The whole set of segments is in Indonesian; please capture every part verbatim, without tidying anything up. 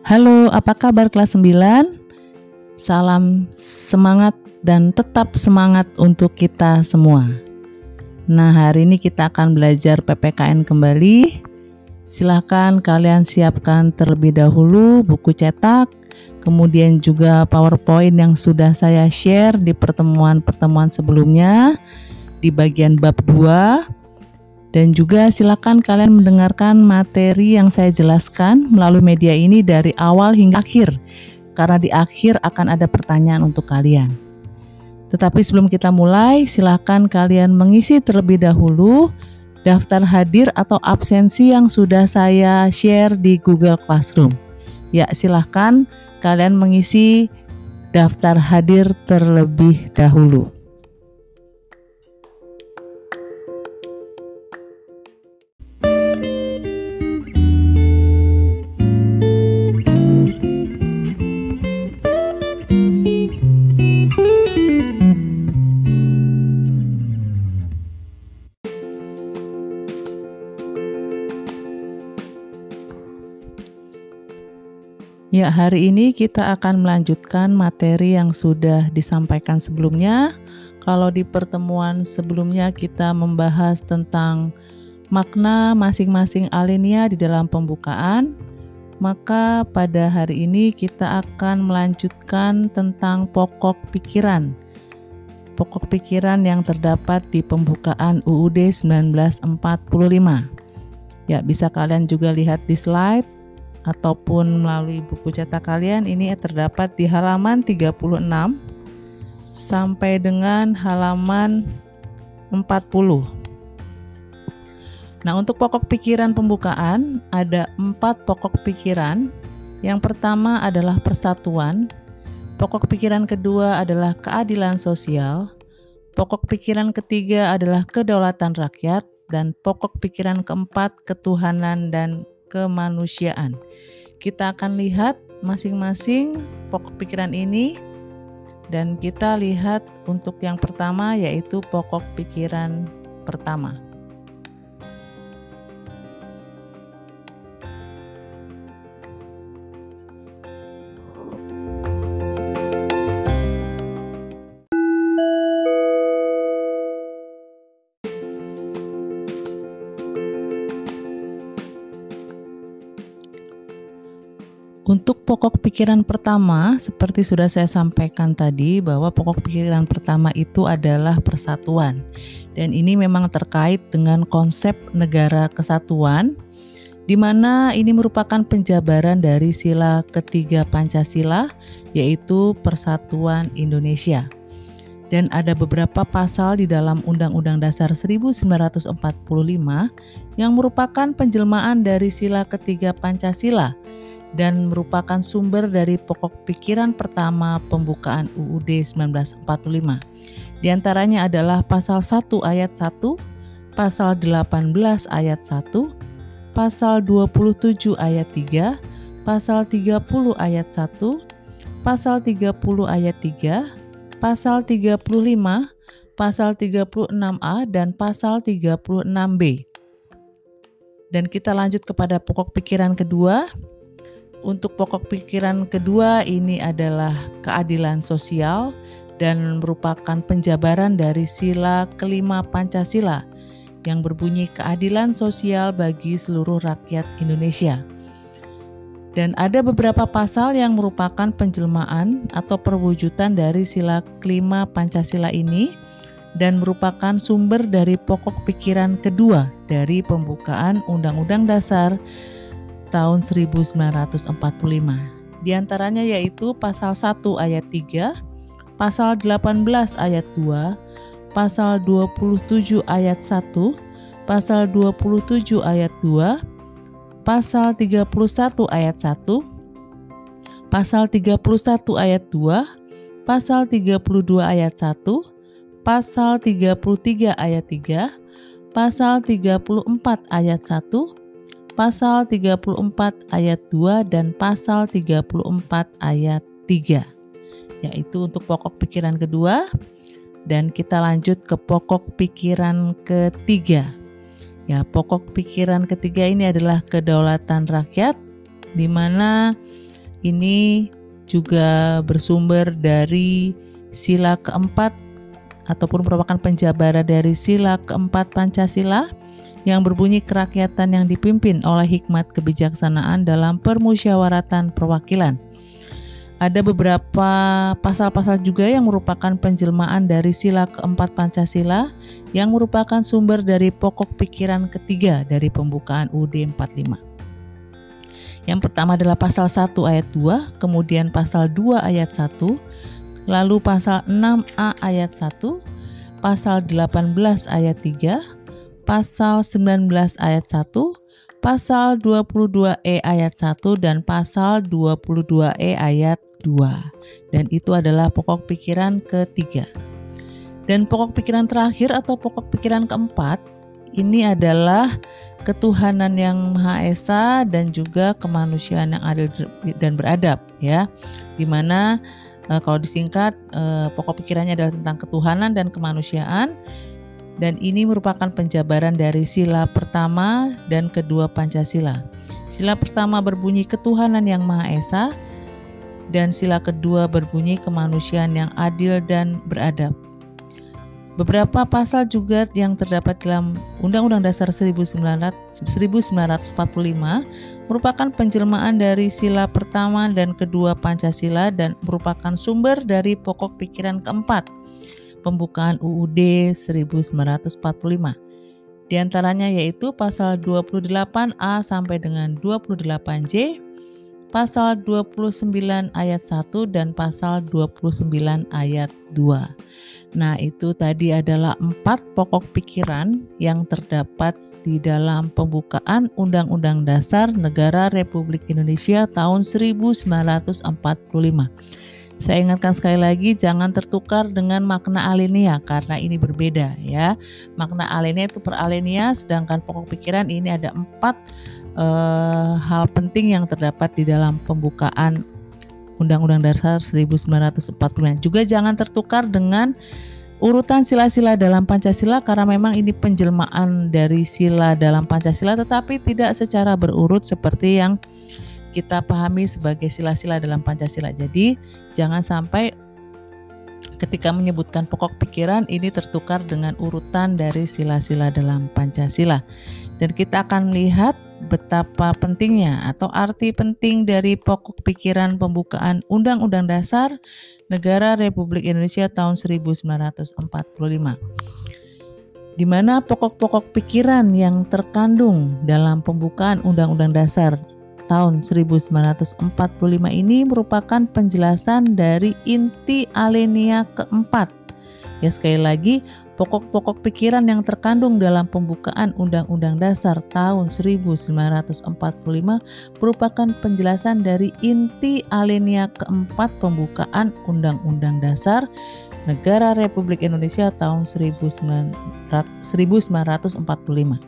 Halo, apa kabar kelas sembilan? Salam semangat dan tetap semangat untuk kita semua. Nah, hari ini kita akan belajar P P K N kembali. Silahkan kalian siapkan terlebih dahulu buku cetak, kemudian juga PowerPoint yang sudah saya share di pertemuan-pertemuan sebelumnya di bagian bab dua. Dan juga silakan kalian mendengarkan materi yang saya jelaskan melalui media ini dari awal hingga akhir, karena di akhir akan ada pertanyaan untuk kalian. Tetapi sebelum kita mulai, silakan kalian mengisi terlebih dahulu daftar hadir atau absensi yang sudah saya share di Google Classroom. Ya, silakan kalian mengisi daftar hadir terlebih dahulu. Ya, hari ini kita akan melanjutkan materi yang sudah disampaikan sebelumnya. Kalau di pertemuan sebelumnya kita membahas tentang makna masing-masing alinea di dalam pembukaan, maka pada hari ini kita akan melanjutkan tentang pokok pikiran. Pokok pikiran yang terdapat di pembukaan U U D seribu sembilan ratus empat puluh lima. Ya, bisa kalian juga lihat di slide ataupun melalui buku cetak kalian. Ini terdapat di halaman tiga puluh enam sampai dengan halaman empat puluh. Nah, untuk pokok pikiran pembukaan ada empat pokok pikiran. Yang pertama adalah persatuan, pokok pikiran kedua adalah keadilan sosial, pokok pikiran ketiga adalah kedaulatan rakyat, dan pokok pikiran keempat ketuhanan dan kemanusiaan. Kita akan lihat masing-masing pokok pikiran ini, dan kita lihat untuk yang pertama yaitu pokok pikiran pertama. Untuk pokok pikiran pertama, seperti sudah saya sampaikan tadi, bahwa pokok pikiran pertama itu adalah persatuan. Dan ini memang terkait dengan konsep negara kesatuan, di mana ini merupakan penjabaran dari sila ketiga Pancasila, yaitu Persatuan Indonesia. Dan ada beberapa pasal di dalam Undang-Undang Dasar seribu sembilan ratus empat puluh lima yang merupakan penjelmaan dari sila ketiga Pancasila, dan merupakan sumber dari pokok pikiran pertama pembukaan U U D seribu sembilan ratus empat puluh lima. Di antaranya adalah pasal satu ayat satu, pasal delapan belas ayat satu, pasal dua puluh tujuh ayat tiga, pasal tiga puluh ayat satu, pasal tiga puluh ayat tiga, pasal tiga puluh lima, pasal tiga puluh enam A, dan pasal tiga puluh enam B. Dan kita lanjut kepada pokok pikiran kedua. Untuk pokok pikiran kedua ini adalah keadilan sosial dan merupakan penjabaran dari sila kelima Pancasila yang berbunyi keadilan sosial bagi seluruh rakyat Indonesia. Dan ada beberapa pasal yang merupakan penjelmaan atau perwujudan dari sila kelima Pancasila ini dan merupakan sumber dari pokok pikiran kedua dari pembukaan Undang-Undang Dasar tahun seribu sembilan ratus empat puluh lima. Di antaranya yaitu pasal satu ayat tiga, pasal delapan belas ayat dua, pasal dua puluh tujuh ayat satu, pasal dua puluh tujuh ayat dua, pasal tiga puluh satu ayat satu, pasal tiga puluh satu ayat dua, pasal tiga puluh dua ayat satu, pasal tiga puluh tiga ayat tiga, pasal tiga puluh empat ayat satu, pasal tiga puluh empat ayat dua, dan pasal tiga puluh empat ayat tiga, yaitu untuk pokok pikiran kedua. Dan kita lanjut ke pokok pikiran ketiga. Ya, pokok pikiran ketiga ini adalah kedaulatan rakyat, di mana ini juga bersumber dari sila keempat ataupun merupakan penjabaran dari sila keempat Pancasila yang berbunyi kerakyatan yang dipimpin oleh hikmat kebijaksanaan dalam permusyawaratan perwakilan. Ada beberapa pasal-pasal juga yang merupakan penjelmaan dari sila keempat Pancasila yang merupakan sumber dari pokok pikiran ketiga dari pembukaan U U D empat puluh lima. Yang pertama adalah pasal satu ayat dua, kemudian pasal dua ayat satu, lalu pasal enam A ayat satu, pasal delapan belas ayat tiga, pasal sembilan belas ayat satu, pasal dua puluh dua E ayat satu, dan pasal dua puluh dua E ayat dua. Dan itu adalah pokok pikiran ketiga. Dan pokok pikiran terakhir atau pokok pikiran keempat ini adalah ketuhanan yang Maha Esa dan juga kemanusiaan yang adil dan beradab, ya. Dimana e, kalau disingkat e, pokok pikirannya adalah tentang ketuhanan dan kemanusiaan. Dan ini merupakan penjabaran dari sila pertama dan kedua Pancasila. Sila pertama berbunyi ketuhanan yang Maha Esa, dan sila kedua berbunyi kemanusiaan yang adil dan beradab. Beberapa pasal juga yang terdapat dalam Undang-Undang Dasar seribu sembilan ratus empat puluh lima merupakan penjelmaan dari sila pertama dan kedua Pancasila dan merupakan sumber dari pokok pikiran keempat pembukaan U U D seribu sembilan ratus empat puluh lima. Di antaranya yaitu pasal dua puluh delapan A sampai dengan dua puluh delapan J, pasal dua puluh sembilan ayat satu dan pasal dua puluh sembilan ayat dua. Nah, itu tadi adalah empat pokok pikiran yang terdapat di dalam pembukaan Undang-Undang Dasar Negara Republik Indonesia tahun seribu sembilan ratus empat puluh lima. Saya ingatkan sekali lagi, jangan tertukar dengan makna alinea karena ini berbeda, ya. Makna alinea itu per alinea, sedangkan pokok pikiran ini ada empat eh, hal penting yang terdapat di dalam pembukaan Undang-Undang Dasar seribu sembilan ratus empat puluh lima. Juga jangan tertukar dengan urutan sila-sila dalam Pancasila karena memang ini penjelmaan dari sila dalam Pancasila tetapi tidak secara berurut seperti yang kita pahami sebagai sila-sila dalam Pancasila. Jadi jangan sampai ketika menyebutkan pokok pikiran ini tertukar dengan urutan dari sila-sila dalam Pancasila. Dan kita akan lihat betapa pentingnya atau arti penting dari pokok pikiran pembukaan Undang-Undang Dasar Negara Republik Indonesia tahun seribu sembilan ratus empat puluh lima. Di mana pokok-pokok pikiran yang terkandung dalam pembukaan Undang-Undang Dasar tahun seribu sembilan ratus empat puluh lima ini merupakan penjelasan dari inti alinea keempat. Ya, sekali lagi, pokok-pokok pikiran yang terkandung dalam pembukaan Undang-Undang Dasar tahun seribu sembilan ratus empat puluh lima merupakan penjelasan dari inti alinea keempat pembukaan Undang-Undang Dasar Negara Republik Indonesia tahun seribu sembilan ratus empat puluh lima.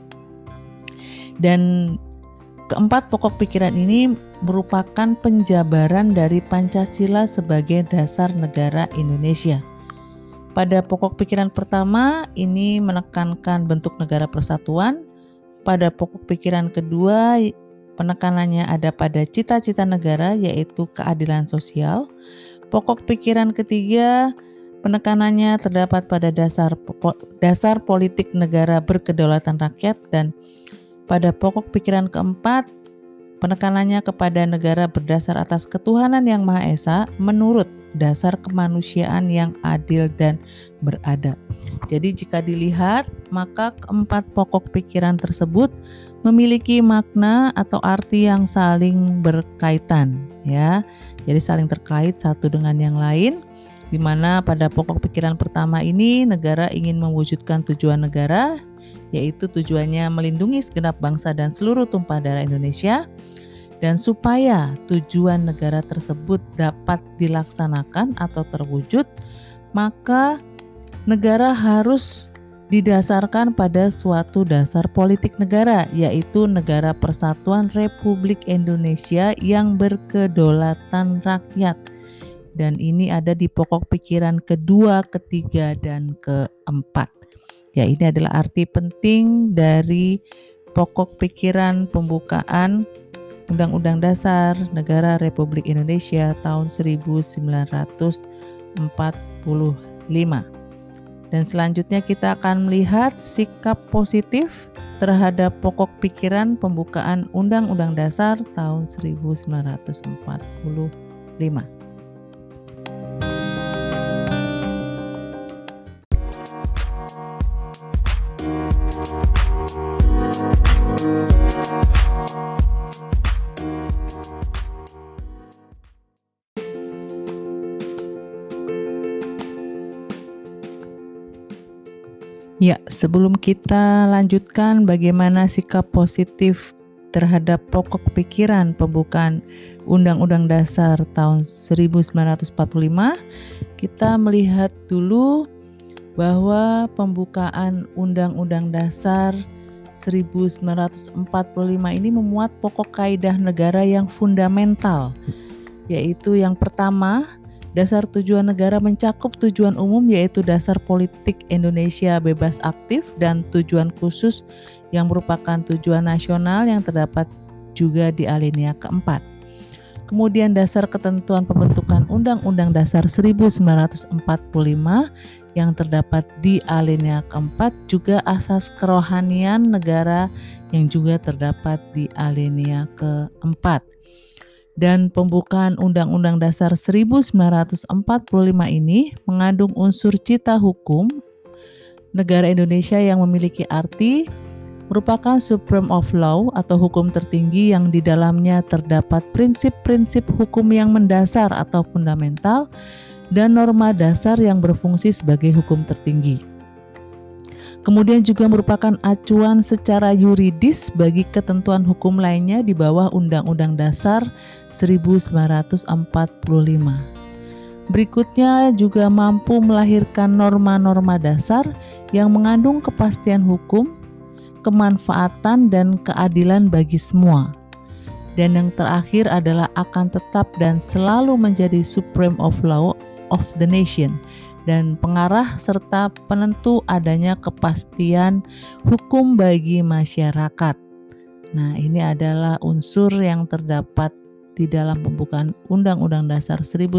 Dan keempat pokok pikiran ini merupakan penjabaran dari Pancasila sebagai dasar negara Indonesia. Pada pokok pikiran pertama ini menekankan bentuk negara persatuan. Pada pokok pikiran kedua penekanannya ada pada cita-cita negara yaitu keadilan sosial. Pokok pikiran ketiga penekanannya terdapat pada dasar dasar politik negara berkedaulatan rakyat, dan pada pokok pikiran keempat, penekanannya kepada negara berdasar atas ketuhanan yang Maha Esa menurut dasar kemanusiaan yang adil dan beradab. Jadi jika dilihat, maka keempat pokok pikiran tersebut memiliki makna atau arti yang saling berkaitan, ya. Jadi saling terkait satu dengan yang lain, di mana pada pokok pikiran pertama ini negara ingin mewujudkan tujuan negara, yaitu tujuannya melindungi segenap bangsa dan seluruh tumpah darah Indonesia. Dan supaya tujuan negara tersebut dapat dilaksanakan atau terwujud, maka negara harus didasarkan pada suatu dasar politik negara, yaitu negara persatuan Republik Indonesia yang berkedaulatan rakyat. Dan ini ada di pokok pikiran kedua, ketiga, dan keempat. Ya, ini adalah arti penting dari pokok pikiran pembukaan Undang-Undang Dasar Negara Republik Indonesia tahun seribu sembilan ratus empat puluh lima. Dan selanjutnya kita akan melihat sikap positif terhadap pokok pikiran pembukaan Undang-Undang Dasar tahun seribu sembilan ratus empat puluh lima. Ya, sebelum kita lanjutkan bagaimana sikap positif terhadap pokok pikiran pembukaan Undang-Undang Dasar tahun seribu sembilan ratus empat puluh lima, kita melihat dulu bahwa pembukaan Undang-Undang Dasar seribu sembilan ratus empat puluh lima ini memuat pokok kaidah negara yang fundamental, yaitu yang pertama, dasar tujuan negara mencakup tujuan umum yaitu dasar politik Indonesia bebas aktif dan tujuan khusus yang merupakan tujuan nasional yang terdapat juga di alinea keempat. Kemudian dasar ketentuan pembentukan Undang-Undang Dasar seribu sembilan ratus empat puluh lima yang terdapat di alinea keempat, juga asas kerohanian negara yang juga terdapat di alinea keempat. Dan pembukaan Undang-Undang Dasar seribu sembilan ratus empat puluh lima ini mengandung unsur cita hukum negara Indonesia yang memiliki arti merupakan supreme of law atau hukum tertinggi yang di dalamnya terdapat prinsip-prinsip hukum yang mendasar atau fundamental dan norma dasar yang berfungsi sebagai hukum tertinggi. Kemudian juga merupakan acuan secara yuridis bagi ketentuan hukum lainnya di bawah Undang-Undang Dasar seribu sembilan ratus empat puluh lima. Berikutnya juga mampu melahirkan norma-norma dasar yang mengandung kepastian hukum, kemanfaatan, dan keadilan bagi semua. Dan yang terakhir adalah akan tetap dan selalu menjadi supreme of law of the nation, dan pengarah serta penentu adanya kepastian hukum bagi masyarakat. Nah, ini adalah unsur yang terdapat di dalam pembukaan Undang-Undang Dasar seribu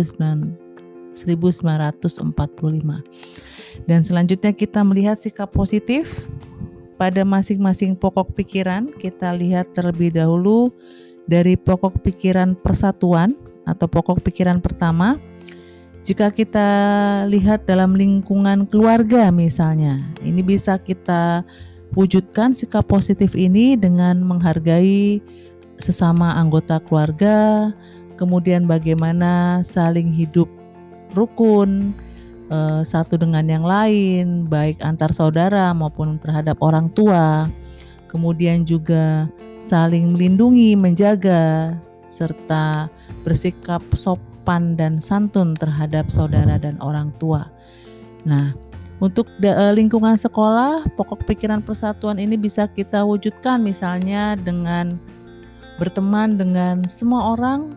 sembilan ratus empat puluh lima. Dan selanjutnya kita melihat sikap positif pada masing-masing pokok pikiran. Kita lihat terlebih dahulu dari pokok pikiran persatuan atau pokok pikiran pertama. Jika kita lihat dalam lingkungan keluarga misalnya, ini bisa kita wujudkan sikap positif ini dengan menghargai sesama anggota keluarga, kemudian bagaimana saling hidup rukun eh, satu dengan yang lain, baik antar saudara maupun terhadap orang tua, kemudian juga saling melindungi, menjaga, serta bersikap sopan dan santun terhadap saudara dan orang tua. Nah, untuk da- lingkungan sekolah, pokok pikiran persatuan ini bisa kita wujudkan misalnya dengan berteman dengan semua orang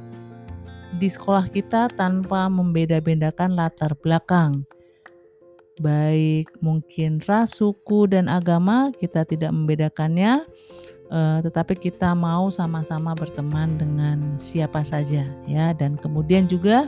di sekolah kita tanpa membeda-bedakan latar belakang. Baik mungkin ras, suku, dan agama, kita tidak membedakannya. Uh, tetapi kita mau sama-sama berteman dengan siapa saja, ya. Dan kemudian juga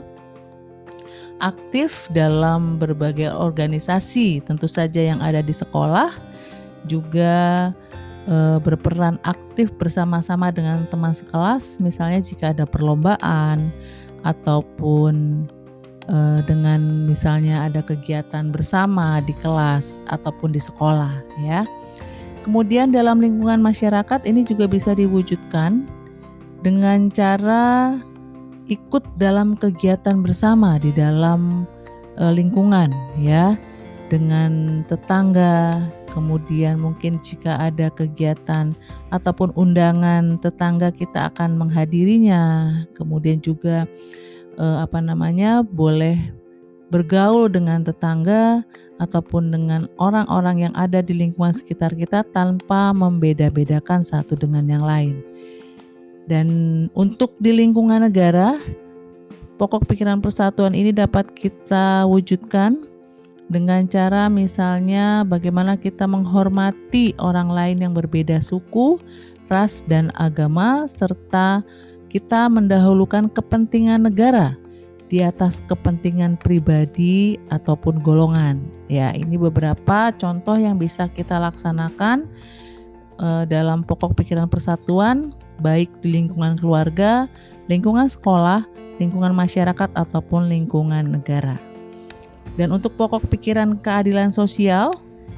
aktif dalam berbagai organisasi tentu saja yang ada di sekolah, juga uh, berperan aktif bersama-sama dengan teman sekelas, misalnya jika ada perlombaan ataupun uh, dengan misalnya ada kegiatan bersama di kelas ataupun di sekolah, ya. Kemudian dalam lingkungan masyarakat ini juga bisa diwujudkan dengan cara ikut dalam kegiatan bersama di dalam e, lingkungan, ya, dengan tetangga. Kemudian mungkin jika ada kegiatan ataupun undangan tetangga, kita akan menghadirinya. Kemudian juga e, apa namanya boleh bergaul dengan tetangga ataupun dengan orang-orang yang ada di lingkungan sekitar kita tanpa membeda-bedakan satu dengan yang lain. Dan untuk di lingkungan negara, pokok pikiran persatuan ini dapat kita wujudkan dengan cara misalnya bagaimana kita menghormati orang lain yang berbeda suku, ras, dan agama, serta kita mendahulukan kepentingan negara di atas kepentingan pribadi ataupun golongan. Ya, ini beberapa contoh yang bisa kita laksanakan uh, dalam pokok pikiran persatuan, baik di lingkungan keluarga, lingkungan sekolah, lingkungan masyarakat, ataupun lingkungan negara. Dan untuk pokok pikiran keadilan sosial,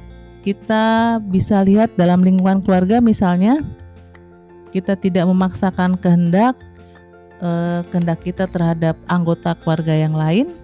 kita bisa lihat dalam lingkungan keluarga misalnya, kita tidak memaksakan kehendak eh, kehendak kita terhadap anggota keluarga yang lain,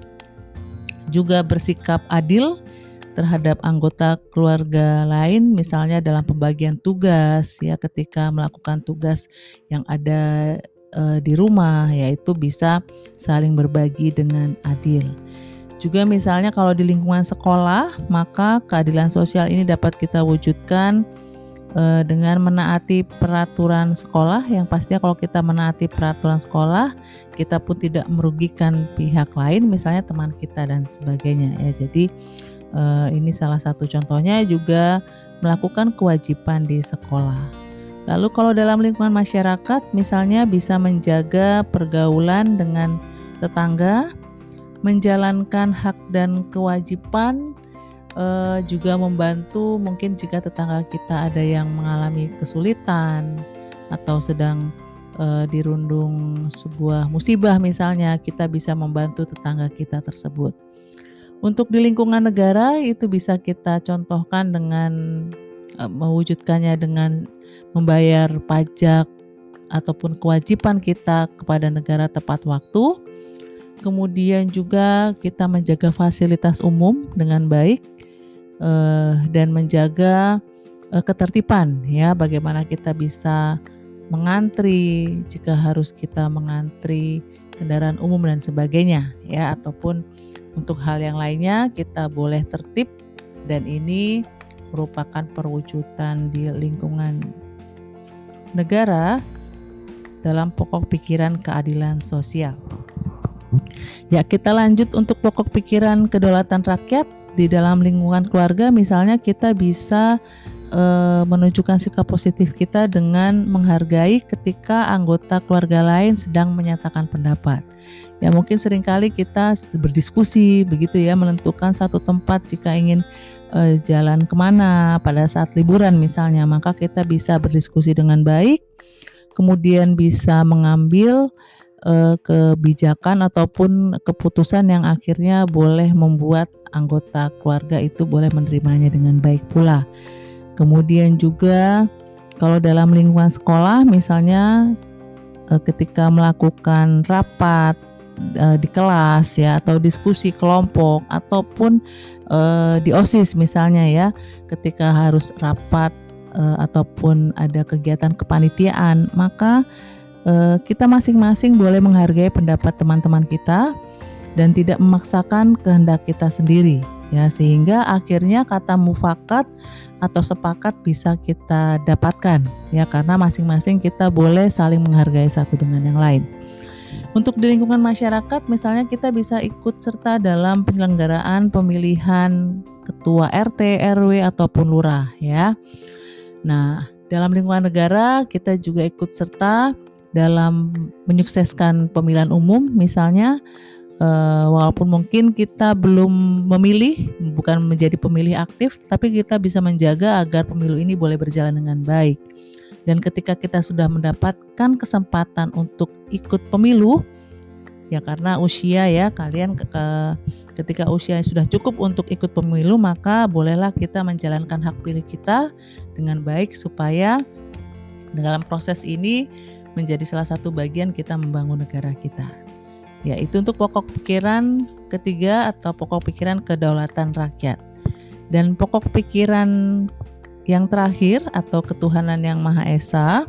juga bersikap adil terhadap anggota keluarga lain, misalnya dalam pembagian tugas, ya ketika melakukan tugas yang ada eh, di rumah, yaitu bisa saling berbagi dengan adil. Juga misalnya kalau di lingkungan sekolah, maka keadilan sosial ini dapat kita wujudkan dengan menaati peraturan sekolah, yang pastinya kalau kita menaati peraturan sekolah, kita pun tidak merugikan pihak lain, misalnya teman kita dan sebagainya ya. Jadi eh, ini salah satu contohnya, juga melakukan kewajiban di sekolah. Lalu kalau dalam lingkungan masyarakat, misalnya bisa menjaga pergaulan dengan tetangga, menjalankan hak dan kewajiban, Uh, juga membantu mungkin jika tetangga kita ada yang mengalami kesulitan atau sedang uh, dirundung sebuah musibah misalnya, kita bisa membantu tetangga kita tersebut. Untuk di lingkungan negara itu bisa kita contohkan dengan uh, mewujudkannya dengan membayar pajak ataupun kewajiban kita kepada negara tepat waktu. Kemudian juga kita menjaga fasilitas umum dengan baik eh, dan menjaga eh, ketertiban ya, bagaimana kita bisa mengantri jika harus kita mengantri kendaraan umum dan sebagainya ya, ataupun untuk hal yang lainnya kita boleh tertib, dan ini merupakan perwujudan di lingkungan negara dalam pokok pikiran keadilan sosial. Ya, kita lanjut untuk pokok pikiran kedaulatan rakyat. Di dalam lingkungan keluarga misalnya kita bisa e, menunjukkan sikap positif kita dengan menghargai ketika anggota keluarga lain sedang menyatakan pendapat. Ya, mungkin seringkali kita berdiskusi begitu ya, menentukan satu tempat jika ingin e, jalan kemana pada saat liburan misalnya, maka kita bisa berdiskusi dengan baik, kemudian bisa mengambil kebijakan ataupun keputusan yang akhirnya boleh membuat anggota keluarga itu boleh menerimanya dengan baik pula. Kemudian juga kalau dalam lingkungan sekolah misalnya ketika melakukan rapat di kelas ya, atau diskusi kelompok ataupun di OSIS misalnya ya, ketika harus rapat ataupun ada kegiatan kepanitiaan, maka kita masing-masing boleh menghargai pendapat teman-teman kita dan tidak memaksakan kehendak kita sendiri ya, sehingga akhirnya kata mufakat atau sepakat bisa kita dapatkan ya, karena masing-masing kita boleh saling menghargai satu dengan yang lain. Untuk di lingkungan masyarakat misalnya kita bisa ikut serta dalam penyelenggaraan pemilihan ketua R T, R W ataupun lurah ya. Nah, dalam lingkungan negara kita juga ikut serta dalam menyukseskan pemilihan umum misalnya, eh, walaupun mungkin kita belum memilih, bukan menjadi pemilih aktif, tapi kita bisa menjaga agar pemilu ini boleh berjalan dengan baik. Dan ketika kita sudah mendapatkan kesempatan untuk ikut pemilu ya, karena usia ya, kalian ke, ke, ketika usia sudah cukup untuk ikut pemilu, maka bolehlah kita menjalankan hak pilih kita dengan baik supaya dalam proses ini menjadi salah satu bagian kita membangun negara kita. Ya, itu untuk pokok pikiran ketiga atau pokok pikiran kedaulatan rakyat. Dan pokok pikiran yang terakhir atau ketuhanan yang Maha Esa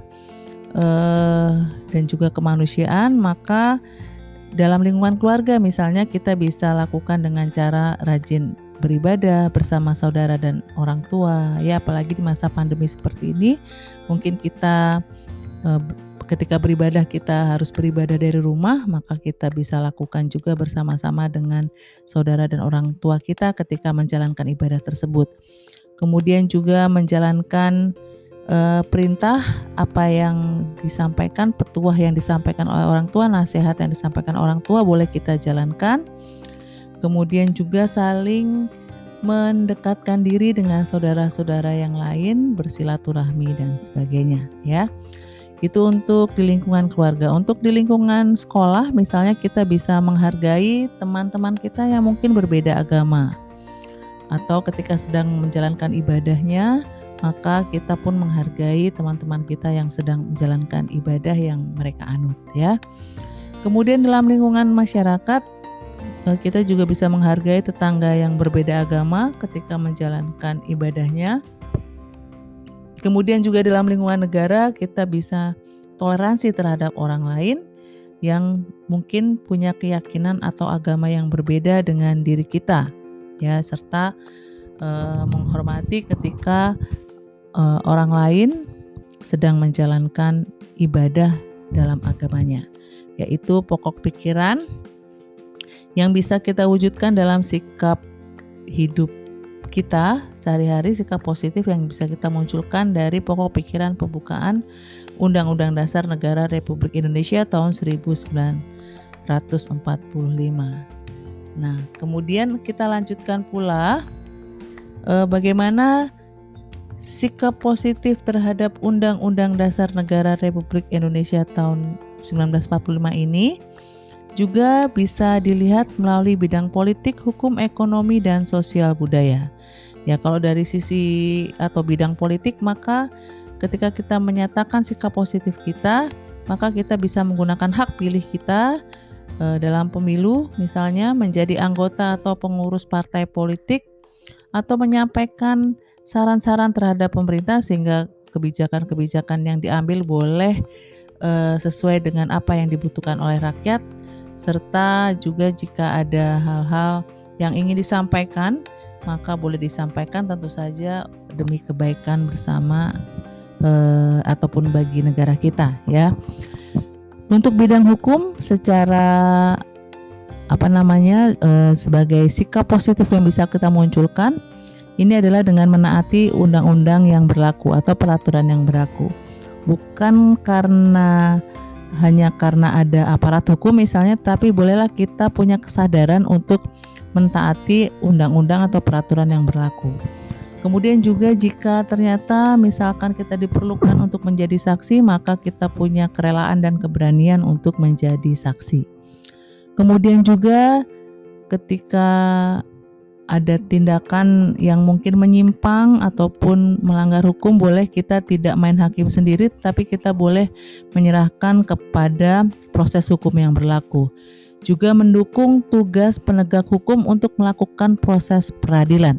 eh, dan juga kemanusiaan, maka dalam lingkungan keluarga misalnya kita bisa lakukan dengan cara rajin beribadah bersama saudara dan orang tua ya, apalagi di masa pandemi seperti ini mungkin kita eh, ketika beribadah kita harus beribadah dari rumah, maka kita bisa lakukan juga bersama-sama dengan saudara dan orang tua kita ketika menjalankan ibadah tersebut. Kemudian juga menjalankan uh, perintah apa yang disampaikan, petuah yang disampaikan oleh orang tua, nasihat yang disampaikan orang tua boleh kita jalankan. Kemudian juga saling mendekatkan diri dengan saudara-saudara yang lain, bersilaturahmi dan sebagainya, ya. Itu untuk di lingkungan keluarga. Untuk di lingkungan sekolah, misalnya kita bisa menghargai teman-teman kita yang mungkin berbeda agama. Atau ketika sedang menjalankan ibadahnya, maka kita pun menghargai teman-teman kita yang sedang menjalankan ibadah yang mereka anut, ya. Kemudian dalam lingkungan masyarakat, kita juga bisa menghargai tetangga yang berbeda agama ketika menjalankan ibadahnya. Kemudian juga dalam lingkungan negara kita bisa toleransi terhadap orang lain yang mungkin punya keyakinan atau agama yang berbeda dengan diri kita, ya, serta e, menghormati ketika e, orang lain sedang menjalankan ibadah dalam agamanya, yaitu pokok pikiran yang bisa kita wujudkan dalam sikap hidup kita sehari-hari, sikap positif yang bisa kita munculkan dari pokok pikiran pembukaan Undang-Undang Dasar Negara Republik Indonesia tahun seribu sembilan ratus empat puluh lima. Nah, kemudian kita lanjutkan pula eh, bagaimana sikap positif terhadap Undang-Undang Dasar Negara Republik Indonesia tahun seribu sembilan ratus empat puluh lima ini juga bisa dilihat melalui bidang politik, hukum, ekonomi, dan sosial budaya. Ya, kalau dari sisi atau bidang politik, maka ketika kita menyatakan sikap positif kita, maka kita bisa menggunakan hak pilih kita e, dalam pemilu, misalnya menjadi anggota atau pengurus partai politik, atau menyampaikan saran-saran terhadap pemerintah sehingga kebijakan-kebijakan yang diambil boleh e, sesuai dengan apa yang dibutuhkan oleh rakyat, serta juga jika ada hal-hal yang ingin disampaikan, maka boleh disampaikan tentu saja demi kebaikan bersama eh, ataupun bagi negara kita, ya. Untuk bidang hukum secara apa namanya eh, sebagai sikap positif yang bisa kita munculkan, ini adalah dengan menaati undang-undang yang berlaku atau peraturan yang berlaku. Bukan karena hanya karena ada aparat hukum misalnya, tapi bolehlah kita punya kesadaran untuk mentaati undang-undang atau peraturan yang berlaku. Kemudian juga jika ternyata misalkan kita diperlukan untuk menjadi saksi, maka kita punya kerelaan dan keberanian untuk menjadi saksi. Kemudian juga ketika ada tindakan yang mungkin menyimpang ataupun melanggar hukum, boleh kita tidak main hakim sendiri, tapi kita boleh menyerahkan kepada proses hukum yang berlaku. Juga mendukung tugas penegak hukum untuk melakukan proses peradilan.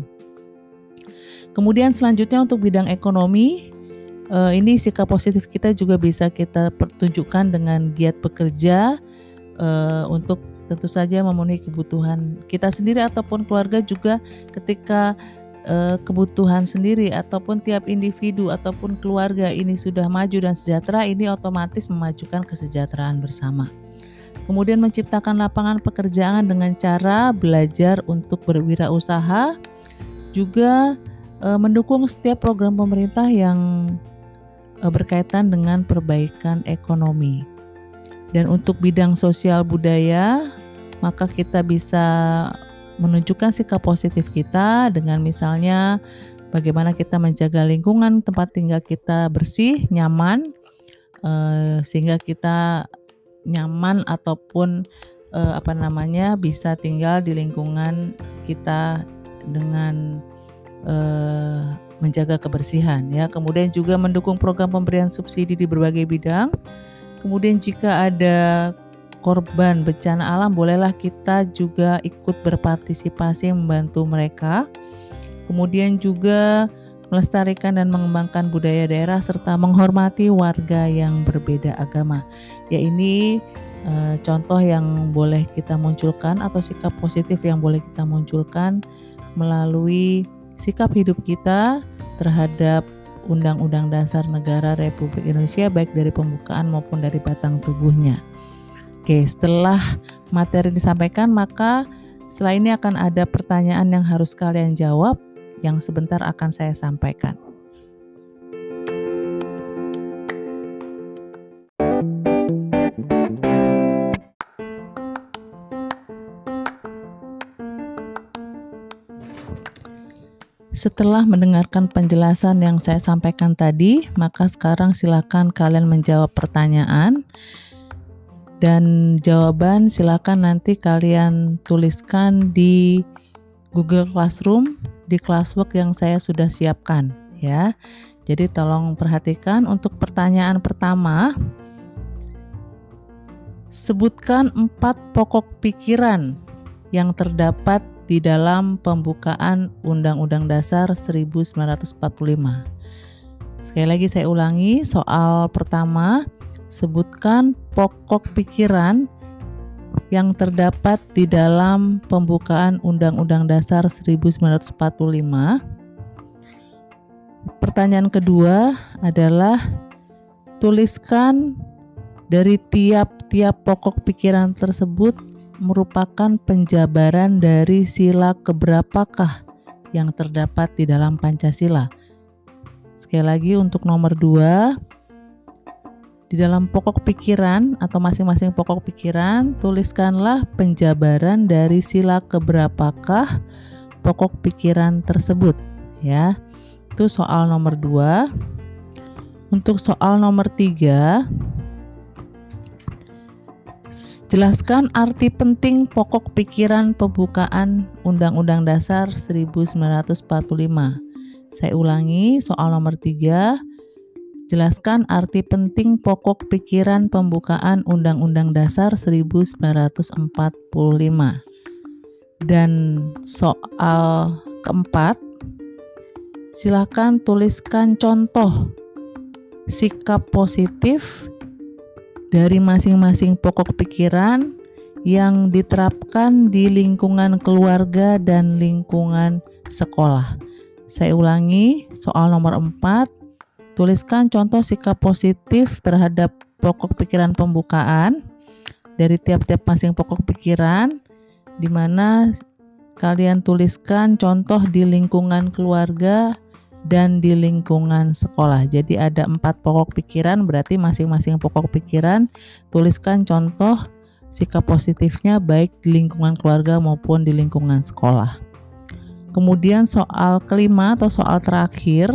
Kemudian selanjutnya untuk bidang ekonomi, eh, ini sikap positif kita juga bisa kita pertunjukkan dengan giat bekerja eh, untuk tentu saja memenuhi kebutuhan kita sendiri ataupun keluarga, juga ketika eh, kebutuhan sendiri ataupun tiap individu ataupun keluarga ini sudah maju dan sejahtera, ini otomatis memajukan kesejahteraan bersama. Kemudian menciptakan lapangan pekerjaan dengan cara belajar untuk berwirausaha, juga e, mendukung setiap program pemerintah yang e, berkaitan dengan perbaikan ekonomi. Dan untuk bidang sosial budaya, maka kita bisa menunjukkan sikap positif kita dengan misalnya bagaimana kita menjaga lingkungan tempat tinggal kita bersih, nyaman, e, sehingga kita nyaman ataupun eh, apa namanya bisa tinggal di lingkungan kita dengan eh, menjaga kebersihan, ya. Kemudian juga mendukung program pemberian subsidi di berbagai bidang. Kemudian jika ada korban bencana alam, bolehlah kita juga ikut berpartisipasi membantu mereka. Kemudian juga melestarikan dan mengembangkan budaya daerah serta menghormati warga yang berbeda agama. Ya, ini e, contoh yang boleh kita munculkan atau sikap positif yang boleh kita munculkan melalui sikap hidup kita terhadap Undang-Undang Dasar Negara Republik Indonesia, baik dari pembukaan maupun dari batang tubuhnya. Oke, setelah materi disampaikan, maka setelah ini akan ada pertanyaan yang harus kalian jawab, yang sebentar akan saya sampaikan. Setelah mendengarkan penjelasan yang saya sampaikan tadi, maka sekarang silakan kalian menjawab pertanyaan, dan jawaban silakan nanti kalian tuliskan di Google Classroom di classwork yang saya sudah siapkan ya. Jadi tolong perhatikan untuk pertanyaan pertama. Sebutkan empat pokok pikiran yang terdapat di dalam pembukaan Undang-Undang Dasar seribu sembilan ratus empat puluh lima. Sekali lagi saya ulangi, soal pertama, sebutkan pokok pikiran yang terdapat di dalam pembukaan Undang-Undang Dasar seribu sembilan ratus empat puluh lima. Pertanyaan kedua adalah tuliskan dari tiap-tiap pokok pikiran tersebut merupakan penjabaran dari sila keberapakah yang terdapat di dalam Pancasila. Sekali lagi untuk nomor dua, di dalam pokok pikiran atau masing-masing pokok pikiran, tuliskanlah penjabaran dari sila keberapakah pokok pikiran tersebut ya. Itu soal nomor dua. Untuk soal nomor tiga, jelaskan arti penting pokok pikiran pembukaan Undang-Undang Dasar seribu sembilan ratus empat puluh lima. Saya ulangi, soal nomor tiga, jelaskan arti penting pokok pikiran pembukaan Undang-Undang Dasar seribu sembilan ratus empat puluh lima. Dan soal keempat, silakan tuliskan contoh sikap positif dari masing-masing pokok pikiran yang diterapkan di lingkungan keluarga dan lingkungan sekolah. Saya ulangi, soal nomor empat, tuliskan contoh sikap positif terhadap pokok pikiran pembukaan dari tiap-tiap masing pokok pikiran, di mana kalian tuliskan contoh di lingkungan keluarga dan di lingkungan sekolah. Jadi ada empat pokok pikiran, berarti masing-masing pokok pikiran tuliskan contoh sikap positifnya baik di lingkungan keluarga maupun di lingkungan sekolah. Kemudian soal kelima atau soal terakhir,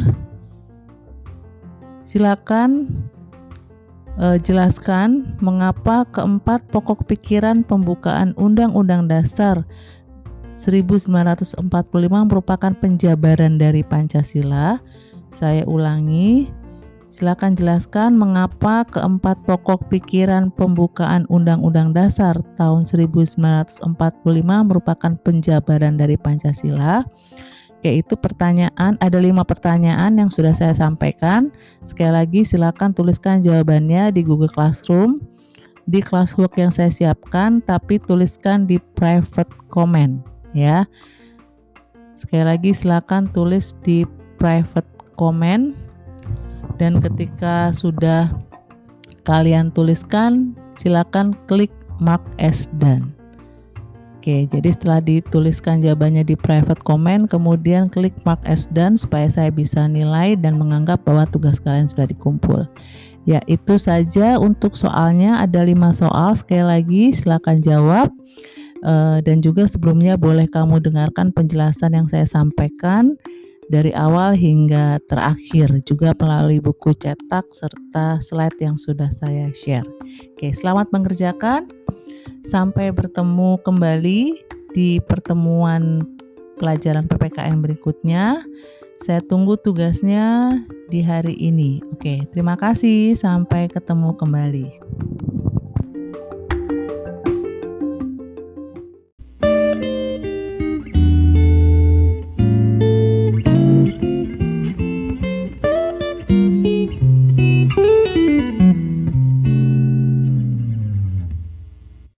silakan eh, jelaskan mengapa keempat pokok pikiran pembukaan Undang-Undang Dasar seribu sembilan ratus empat puluh lima merupakan penjabaran dari Pancasila. Saya ulangi, silakan jelaskan mengapa keempat pokok pikiran pembukaan Undang-Undang Dasar tahun seribu sembilan ratus empat puluh lima merupakan penjabaran dari Pancasila. Yaitu pertanyaan, ada lima pertanyaan yang sudah saya sampaikan. Sekali lagi silakan tuliskan jawabannya di Google Classroom, di classwork yang saya siapkan, tapi tuliskan di private comment ya. Sekali lagi silakan tulis di private comment, dan ketika sudah kalian tuliskan silakan klik mark as done. Oke, jadi setelah dituliskan jawabannya di private comment, kemudian klik mark as done supaya saya bisa nilai dan menganggap bahwa tugas kalian sudah dikumpul. Ya, itu saja untuk soalnya, ada lima soal. Sekali lagi silakan jawab. Uh, dan juga sebelumnya boleh kamu dengarkan penjelasan yang saya sampaikan dari awal hingga terakhir, juga melalui buku cetak serta slide yang sudah saya share. Oke, selamat mengerjakan. Sampai bertemu kembali di pertemuan pelajaran P P K N berikutnya. Saya tunggu tugasnya di hari ini. Oke, terima kasih. Sampai ketemu kembali.